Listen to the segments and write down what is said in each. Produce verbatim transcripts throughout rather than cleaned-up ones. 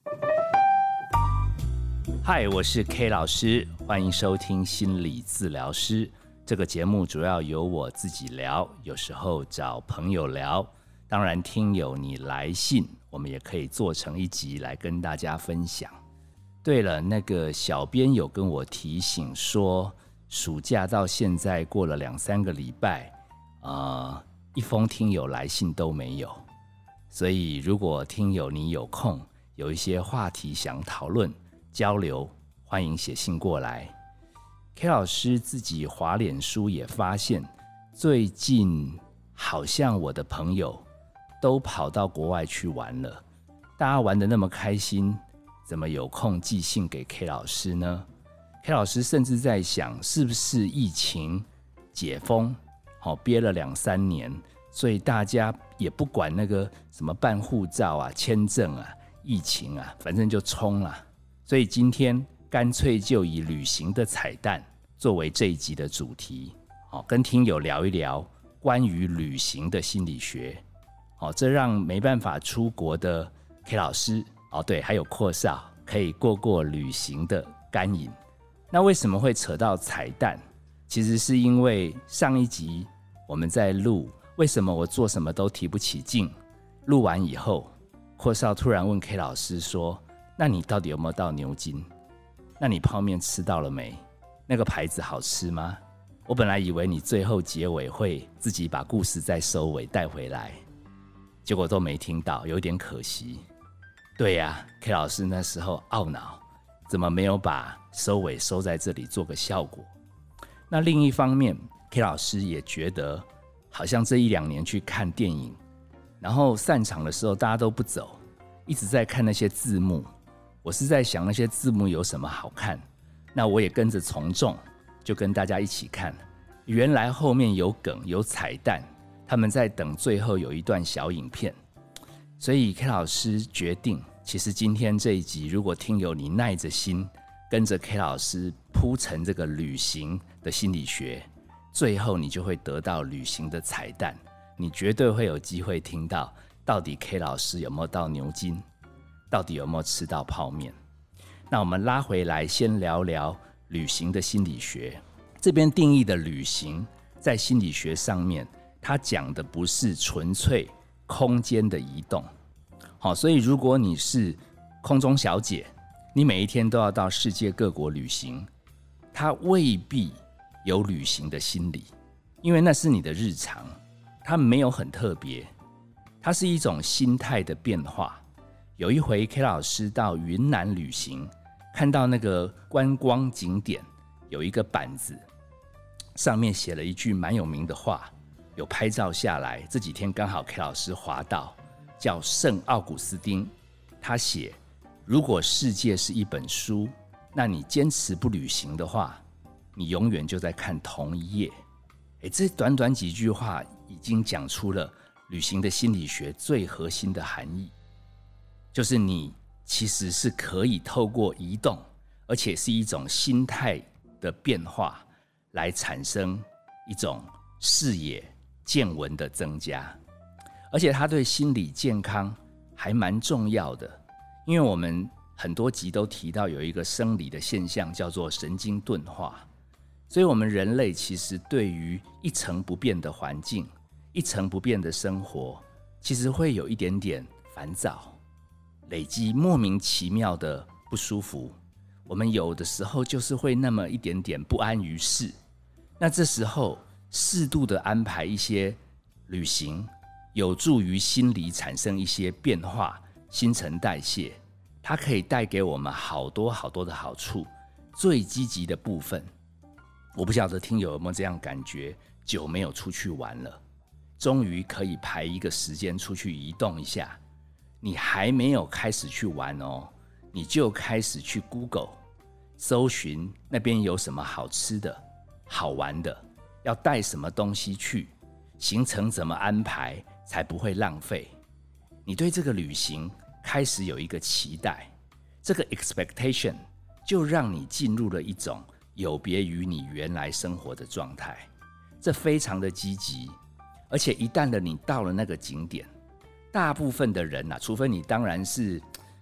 嗨，我是 K 老师，欢迎收听心理治疗师。这个节目主要由我自己聊，有时候找朋友聊。当然，听友你来信，我们也可以做成一集来跟大家分享。对了，那个小编有跟我提醒说，暑假到现在过了两三个礼拜，呃，一封听友来信都没有。所以，如果听友你有空，有一些话题想讨论交流，欢迎写信过来。K 老师自己滑脸书也发现，最近好像我的朋友都跑到国外去玩了。大家玩得那么开心，怎么有空寄信给 K 老师呢？ K 老师甚至在想，是不是疫情解封，哦，憋了两三年，所以大家也不管那个什么办护照啊、签证啊、疫情啊，反正就冲了。所以今天干脆就以旅行的彩蛋作为这一集的主题，跟听友聊一聊关于旅行的心理学。这让没办法出国的 K 老师，对，还有阔少可以过过旅行的干瘾。那为什么会扯到彩蛋？其实是因为上一集我们在录为什么我做什么都提不起劲，录完以后，阔少突然问 K 老师说，那你到底有没有到牛津？那你泡面吃到了没？那个牌子好吃吗？我本来以为你最后结尾会自己把故事再收尾带回来，结果都没听到，有点可惜。对呀， K 老师那时候懊恼，怎么没有把收尾收在这里做个效果？那另一方面 K 老师也觉得，好像这一两年去看电影，然后散场的时候大家都不走，一直在看那些字幕。我是在想那些字幕有什么好看，那我也跟着从众，就跟大家一起看。原来后面有梗有彩蛋，他们在等最后有一段小影片。所以 K 老师决定，其实今天这一集，如果听友你耐着心跟着 K 老师铺陈这个旅行的心理学，最后你就会得到旅行的彩蛋，你绝对会有机会听到到底 K 老师有没有到牛津，到底有没有吃到泡面。那我们拉回来先聊聊旅行的心理学。这边定义的旅行在心理学上面，它讲的不是纯粹空间的移动。好，所以如果你是空中小姐，你每一天都要到世界各国旅行，它未必有旅行的心理，因为那是你的日常，它没有很特别，它是一种心态的变化。有一回 K 老师到云南旅行，看到那个观光景点有一个板子，上面写了一句蛮有名的话，有拍照下来。这几天刚好 K 老师滑到，叫圣奥古斯丁，他写，如果世界是一本书，那你坚持不旅行的话，你永远就在看同一页。诶，这短短几句话已经讲出了旅行的心理学最核心的含义，就是你其实是可以透过移动，而且是一种心态的变化，来产生一种视野见闻的增加。而且它对心理健康还蛮重要的，因为我们很多集都提到有一个生理的现象叫做神经钝化，所以我们人类其实对于一成不变的环境，一成不变的生活，其实会有一点点烦躁，累积莫名其妙的不舒服。我们有的时候就是会那么一点点不安于世，那这时候适度的安排一些旅行，有助于心理产生一些变化，新陈代谢，它可以带给我们好多好多的好处。最积极的部分，我不晓得听友有没有这样感觉，久没有出去玩了，终于可以排一个时间出去移动一下。你还没有开始去玩哦，你就开始去 Google 搜寻那边有什么好吃的、好玩的，要带什么东西去，行程怎么安排才不会浪费。你对这个旅行开始有一个期待，这个 expectation 就让你进入了一种有别于你原来生活的状态，这非常的积极。而且一旦的你到了那个景点，大部分的人啊，除非你当然是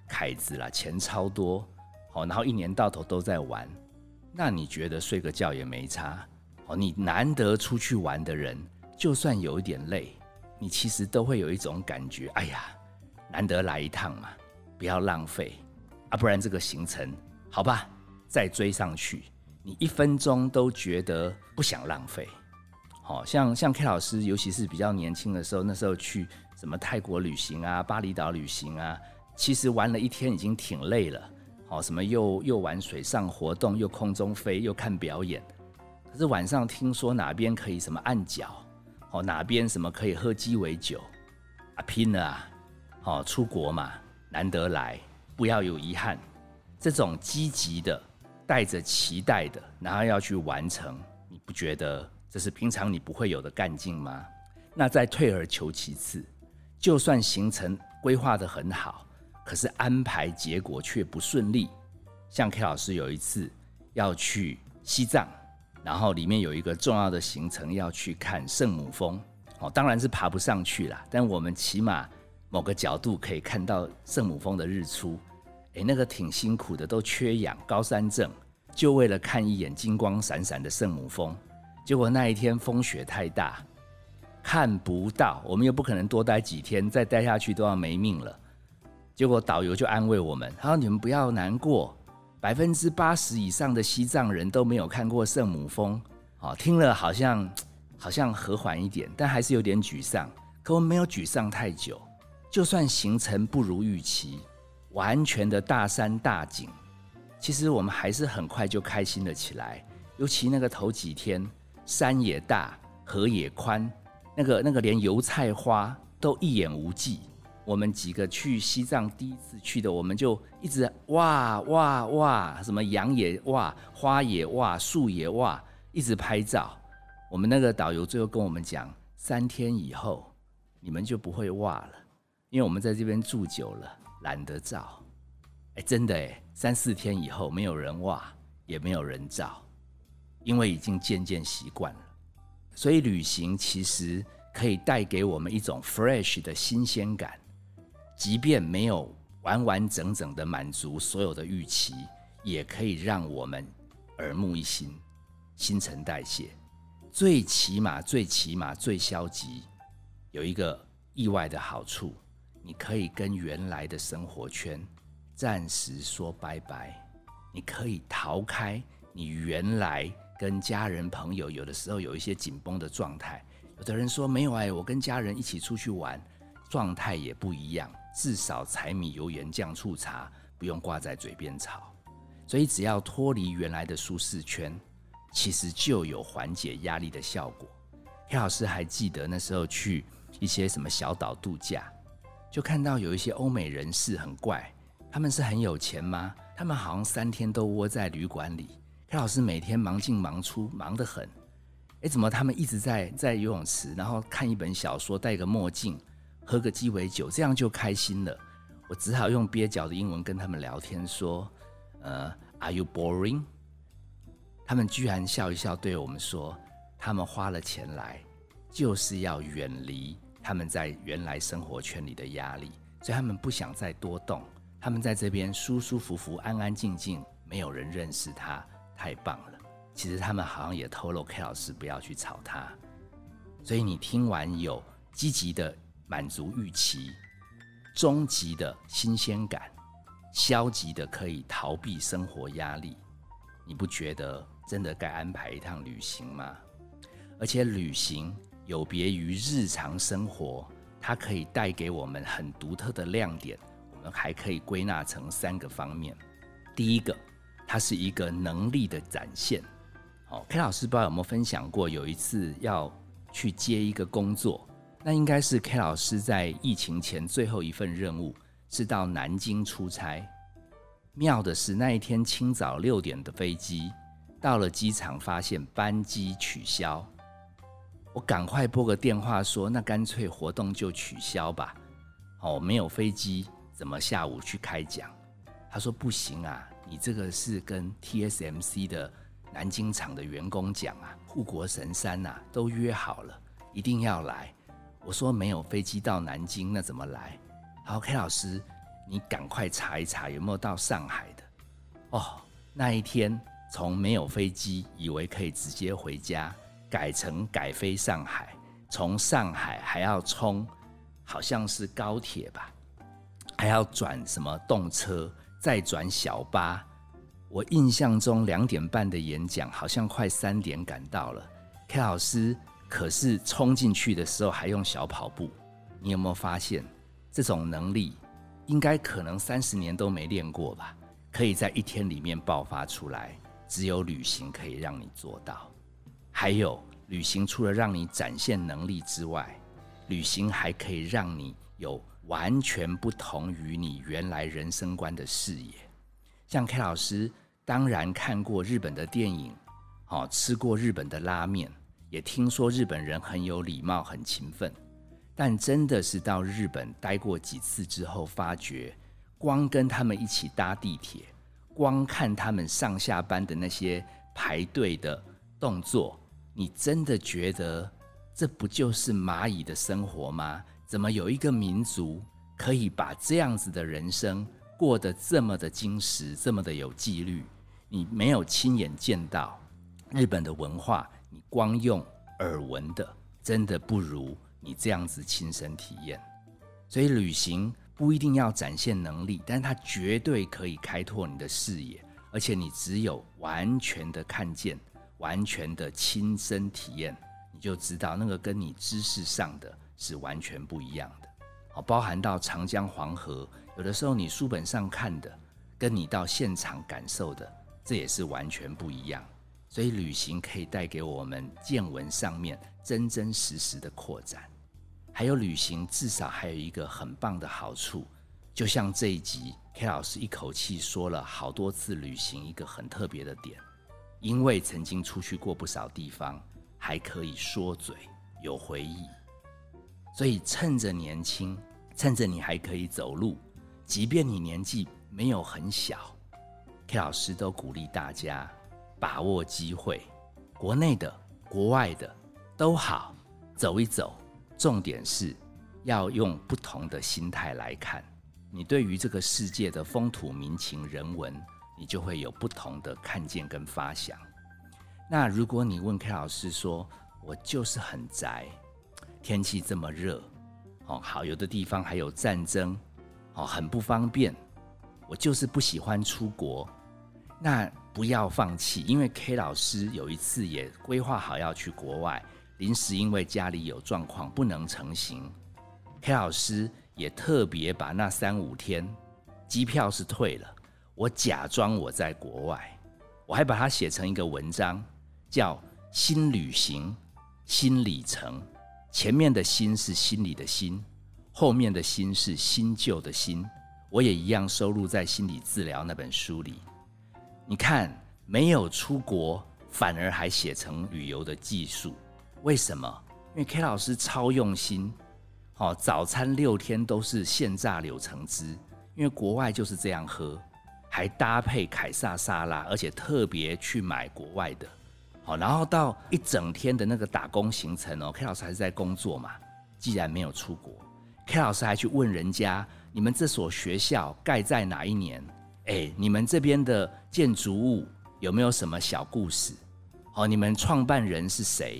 凯子啦，钱超多，然后一年到头都在玩，那你觉得睡个觉也没差？你难得出去玩的人，就算有一点累，你其实都会有一种感觉，哎呀，难得来一趟嘛，不要浪费啊，不然这个行程好吧再追上去，你一分钟都觉得不想浪费。好像像 K 老师，尤其是比较年轻的时候，那时候去什么泰国旅行啊、巴厘岛旅行啊，其实玩了一天已经挺累了。好，什么又又玩水上活动，又空中飞，又看表演。可是晚上听说哪边可以什么按脚，好哪边什么可以喝鸡尾酒啊，拼了啊！好，出国嘛，难得来，不要有遗憾。这种积极的、带着期待的，然后要去完成，你不觉得这是平常你不会有的干劲吗？那再退而求其次，就算行程规划得很好，可是安排结果却不顺利。像 K 老师有一次要去西藏，然后里面有一个重要的行程要去看圣母峰，哦，当然是爬不上去啦，但我们起码某个角度可以看到圣母峰的日出。诶，那个挺辛苦的，都缺氧、高山症，就为了看一眼金光闪闪的圣母峰。结果那一天风雪太大，看不到，我们又不可能多待几天，再待下去都要没命了。结果导游就安慰我们，他说你们不要难过，百分之八十以上的西藏人都没有看过圣母峰。哦，听了好像好像和缓一点，但还是有点沮丧。可我们没有沮丧太久，就算行程不如预期，完全的大山大景，其实我们还是很快就开心了起来。尤其那个头几天，山也大，河也宽，那个那个连油菜花都一眼无际。我们几个去西藏第一次去的，我们就一直哇哇哇，什么羊也哇，花也哇，树也哇，一直拍照。我们那个导游最后跟我们讲，三天以后你们就不会哇了，因为我们在这边住久了，懒得照。哎，真的哎，三四天以后没有人哇，也没有人照，因为已经渐渐习惯了。所以旅行其实可以带给我们一种 fresh 的新鲜感，即便没有完完整整的满足所有的预期，也可以让我们耳目一新，新陈代谢。最起码最起码最消极有一个意外的好处，你可以跟原来的生活圈暂时说拜拜，你可以逃开你原来跟家人朋友有的时候有一些紧绷的状态。有的人说没有哎，我跟家人一起出去玩，状态也不一样，至少柴米油盐酱醋茶不用挂在嘴边炒。所以只要脱离原来的舒适圈，其实就有缓解压力的效果。K 老师还记得那时候去一些什么小岛度假，就看到有一些欧美人士很怪，他们是很有钱吗？他们好像三天都窝在旅馆里。K 老师每天忙进忙出，忙得很。哎，怎么他们一直在在游泳池，然后看一本小说，戴个墨镜，喝个鸡尾酒，这样就开心了？我只好用蹩脚的英文跟他们聊天，说，呃 ，Are you boring？ 他们居然笑一笑，对我们说，他们花了钱来，就是要远离他们在原来生活圈里的压力，所以他们不想再多动，他们在这边舒舒服服、安安静静，没有人认识他。太棒了！其实他们好像也透露 K 老师不要去吵他，所以你听完有积极的满足预期，终极的新鲜感，消极的可以逃避生活压力，你不觉得真的该安排一趟旅行吗？而且旅行有别于日常生活，它可以带给我们很独特的亮点，我们还可以归纳成三个方面。第一个，它是一个能力的展现。哦、K 老师不知道有没有分享过，有一次要去接一个工作，那应该是 K 老师在疫情前最后一份任务，是到南京出差。妙的是那一天清早六点的飞机，到了机场发现班机取消，我赶快拨个电话说，那干脆活动就取消吧。哦，没有飞机，怎么下午去开讲？他说不行啊，你这个是跟 T S M C 的南京厂的员工讲啊，护国神山啊，都约好了，一定要来。我说没有飞机到南京，那怎么来？好 ，K 老师你赶快查一查有没有到上海的哦。那一天从没有飞机，以为可以直接回家，改成改飞上海，从上海还要冲，好像是高铁吧，还要转什么动车，再转小巴。我印象中两点半的演讲，好像快三点赶到了。K 老师可是冲进去的时候还用小跑步，你有没有发现这种能力应该可能三十年都没练过吧？可以在一天里面爆发出来，只有旅行可以让你做到。还有旅行除了让你展现能力之外，旅行还可以让你有完全不同于你原来人生观的视野。像 K 老师当然看过日本的电影，哦，吃过日本的拉面，也听说日本人很有礼貌很勤奋，但真的是到日本待过几次之后，发觉光跟他们一起搭地铁，光看他们上下班的那些排队的动作，你真的觉得这不就是蚂蚁的生活吗？怎么有一个民族可以把这样子的人生过得这么的精实，这么的有纪律？你没有亲眼见到日本的文化，你光用耳闻的，真的不如你这样子亲身体验。所以旅行不一定要展现能力，但它绝对可以开拓你的视野，而且你只有完全的看见，完全的亲身体验，你就知道那个跟你知识上的是完全不一样的。包含到长江黄河，有的时候你书本上看的跟你到现场感受的，这也是完全不一样。所以旅行可以带给我们见闻上面真真实实的扩展。还有旅行至少还有一个很棒的好处，就像这一集 K 老师一口气说了好多次旅行一个很特别的点，因为曾经出去过不少地方，还可以说嘴有回忆。所以趁着年轻，趁着你还可以走路，即便你年纪没有很小， K 老师都鼓励大家把握机会，国内的国外的都好，走一走。重点是要用不同的心态来看，你对于这个世界的风土民情人文，你就会有不同的看见跟发想。那如果你问 K 老师说，我就是很宅，天气这么热，哦，好，有的地方还有战争，哦，很不方便，我就是不喜欢出国，那不要放弃，因为 K 老师有一次也规划好要去国外，临时因为家里有状况不能成行， K 老师也特别把那三五天机票是退了，我假装我在国外，我还把它写成一个文章，叫新旅行新里程，前面的新是心里的心，后面的新是新旧的新，我也一样收录在心理治疗那本书里。你看，没有出国反而还写成旅游的技术，为什么？因为 K 老师超用心，哦，早餐六天都是现榨柳橙汁，因为国外就是这样喝，还搭配凯撒沙拉，而且特别去买国外的。好，然后到一整天的那个打工行程哦 ，K 老师还是在工作嘛，既然没有出国 ，K 老师还去问人家，你们这所学校盖在哪一年？哎，你们这边的建筑物有没有什么小故事？哦，你们创办人是谁？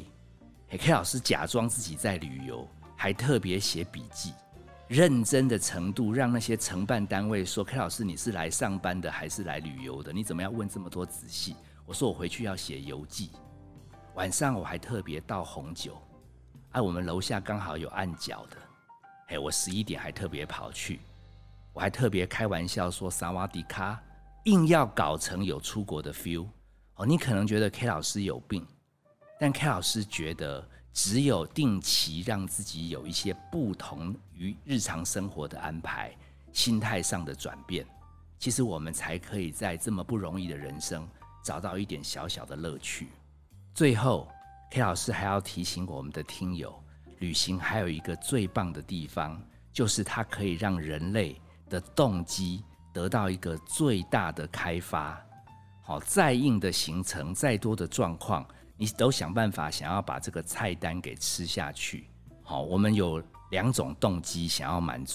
K 老师假装自己在旅游，还特别写笔记，认真的程度让那些承办单位说 K 老师你是来上班的还是来旅游的？你怎么要问这么多仔细？我说我回去要写游记。晚上我还特别倒红酒，啊，我们楼下刚好有按脚的，嘿，我十一点还特别跑去，我还特别开玩笑说萨瓦迪卡，硬要搞成有出国的 feel。哦，你可能觉得 K 老师有病，但 K 老师觉得只有定期让自己有一些不同于日常生活的安排，心态上的转变，其实我们才可以在这么不容易的人生找到一点小小的乐趣。最后 K 老师还要提醒我们的听友，旅行还有一个最棒的地方，就是它可以让人类的动机得到一个最大的开发。好，再硬的行程，再多的状况，你都想办法想要把这个菜单给吃下去。好，我们有两种动机想要满足嘛，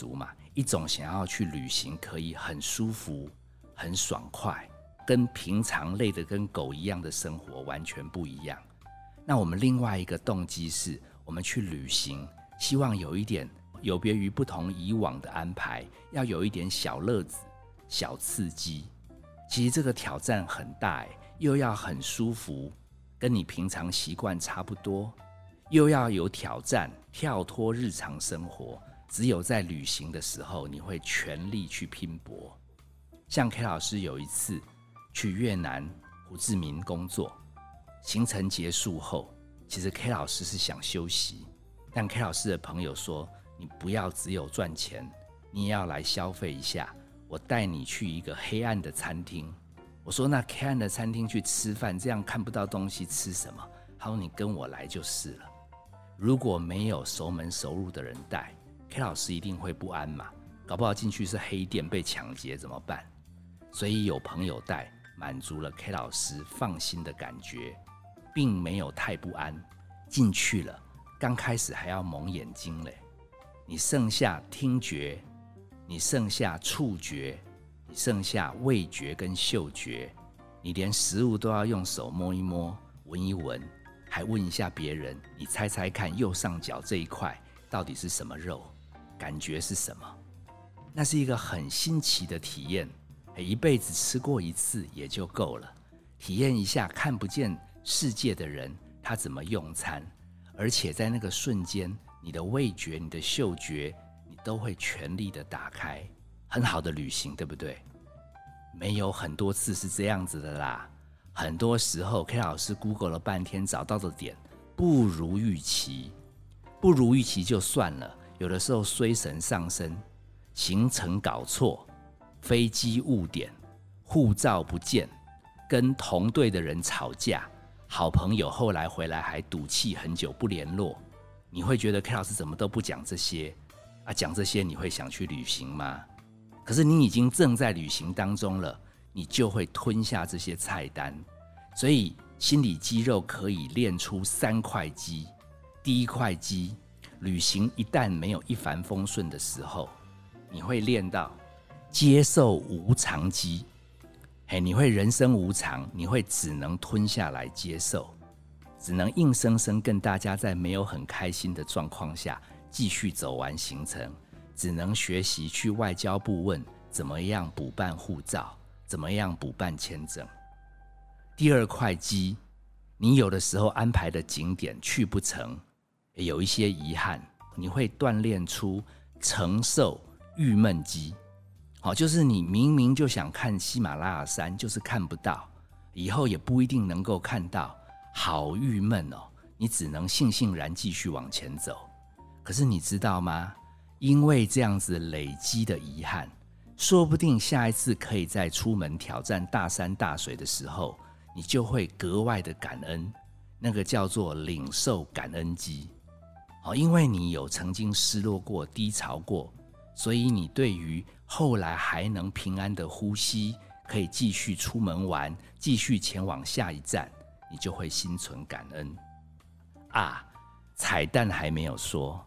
一种想要去旅行可以很舒服很爽快，跟平常累得跟狗一样的生活完全不一样。那我们另外一个动机是我们去旅行，希望有一点有别于不同以往的安排，要有一点小乐子小刺激。其实这个挑战很大，又要很舒服，跟你平常习惯差不多，又要有挑战，跳脱日常生活。只有在旅行的时候，你会全力去拼搏。像 K 老师有一次去越南胡志明工作，行程结束后，其实 K 老师是想休息，但 K 老师的朋友说，你不要只有赚钱，你也要来消费一下，我带你去一个黑暗的餐厅。我说那黑暗的餐厅去吃饭，这样看不到东西吃什么？他说你跟我来就是了。如果没有熟门熟路的人带， K 老师一定会不安嘛，搞不好进去是黑店被抢劫怎么办？所以有朋友带，满足了 K 老师放心的感觉，并没有太不安。进去了，刚开始还要蒙眼睛嘞，你剩下听觉，你剩下触觉，你剩下味觉跟嗅觉，你连食物都要用手摸一摸闻一闻，还问一下别人，你猜猜看右上角这一块到底是什么肉，感觉是什么？那是一个很新奇的体验，一辈子吃过一次也就够了，体验一下看不见世界的人他怎么用餐，而且在那个瞬间，你的味觉你的嗅觉你都会全力的打开，很好的旅行，对不对？没有很多次是这样子的啦，很多时候 K 老师 Google 了半天找到的点不如预期，不如预期就算了，有的时候衰神上身，行程搞错，飞机误点，护照不见，跟同队的人吵架，好朋友后来回来还赌气很久不联络。你会觉得 K 老师怎么都不讲这些啊？讲这些你会想去旅行吗？可是你已经正在旅行当中了，你就会吞下这些菜单。所以心理肌肉可以练出三块肌。第一块肌，旅行一旦没有一帆风顺的时候，你会练到接受无常肌。你会人生无常，你会只能吞下来接受，只能硬生生跟大家在没有很开心的状况下继续走完行程，只能学习去外交部问怎么样补办护照，怎么样补办签证。第二块肌，你有的时候安排的景点去不成，有一些遗憾，你会锻炼出承受郁闷肌。好，就是你明明就想看喜马拉雅山，就是看不到，以后也不一定能够看到，好郁闷哦，你只能悻悻然继续往前走。可是你知道吗？因为这样子累积的遗憾，说不定下一次可以在出门挑战大山大水的时候，你就会格外的感恩，那个叫做领受感恩肌。好，因为你有曾经失落过、低潮过，所以你对于后来还能平安的呼吸，可以继续出门玩，继续前往下一站，你就会心存感恩啊。彩蛋还没有说，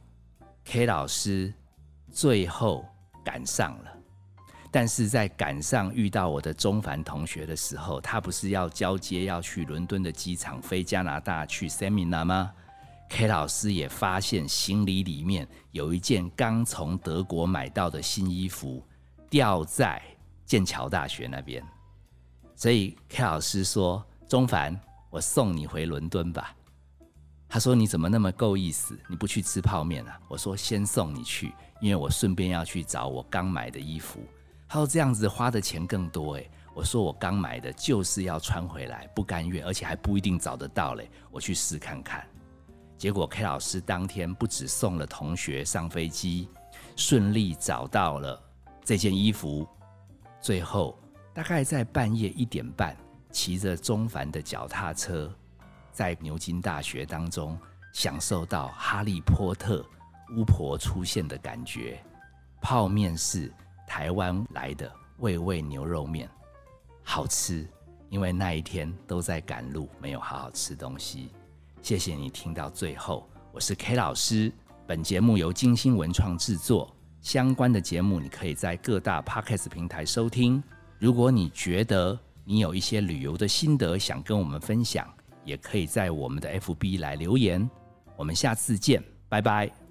K 老师最后赶上了，但是在赶上遇到我的中凡同学的时候，他不是要交接要去伦敦的机场飞加拿大去 seminar 吗？ K 老师也发现行李里面有一件刚从德国买到的新衣服掉在剑桥大学那边，所以 K 老师说，中凡，我送你回伦敦吧。他说你怎么那么够意思，你不去吃泡面啊？我说先送你去，因为我顺便要去找我刚买的衣服。他说这样子花的钱更多耶。我说我刚买的就是要穿回来，不甘愿，而且还不一定找得到嘞，我去试看看。结果 K 老师当天不只送了同学上飞机，顺利找到了这件衣服，最后大概在半夜一点半，骑着中凡的脚踏车，在牛津大学当中享受到哈利波特巫婆出现的感觉。泡面是台湾来的味味牛肉面，好吃，因为那一天都在赶路，没有好好吃东西。谢谢你听到最后，我是 K 老师，本节目由金星文创制作， 相关的节目你可以在各大 Podcast 平台收听。如果你觉得你有一些旅游的心得想跟我们分享，也可以在我们的 F B 来留言。我们下次见，拜拜。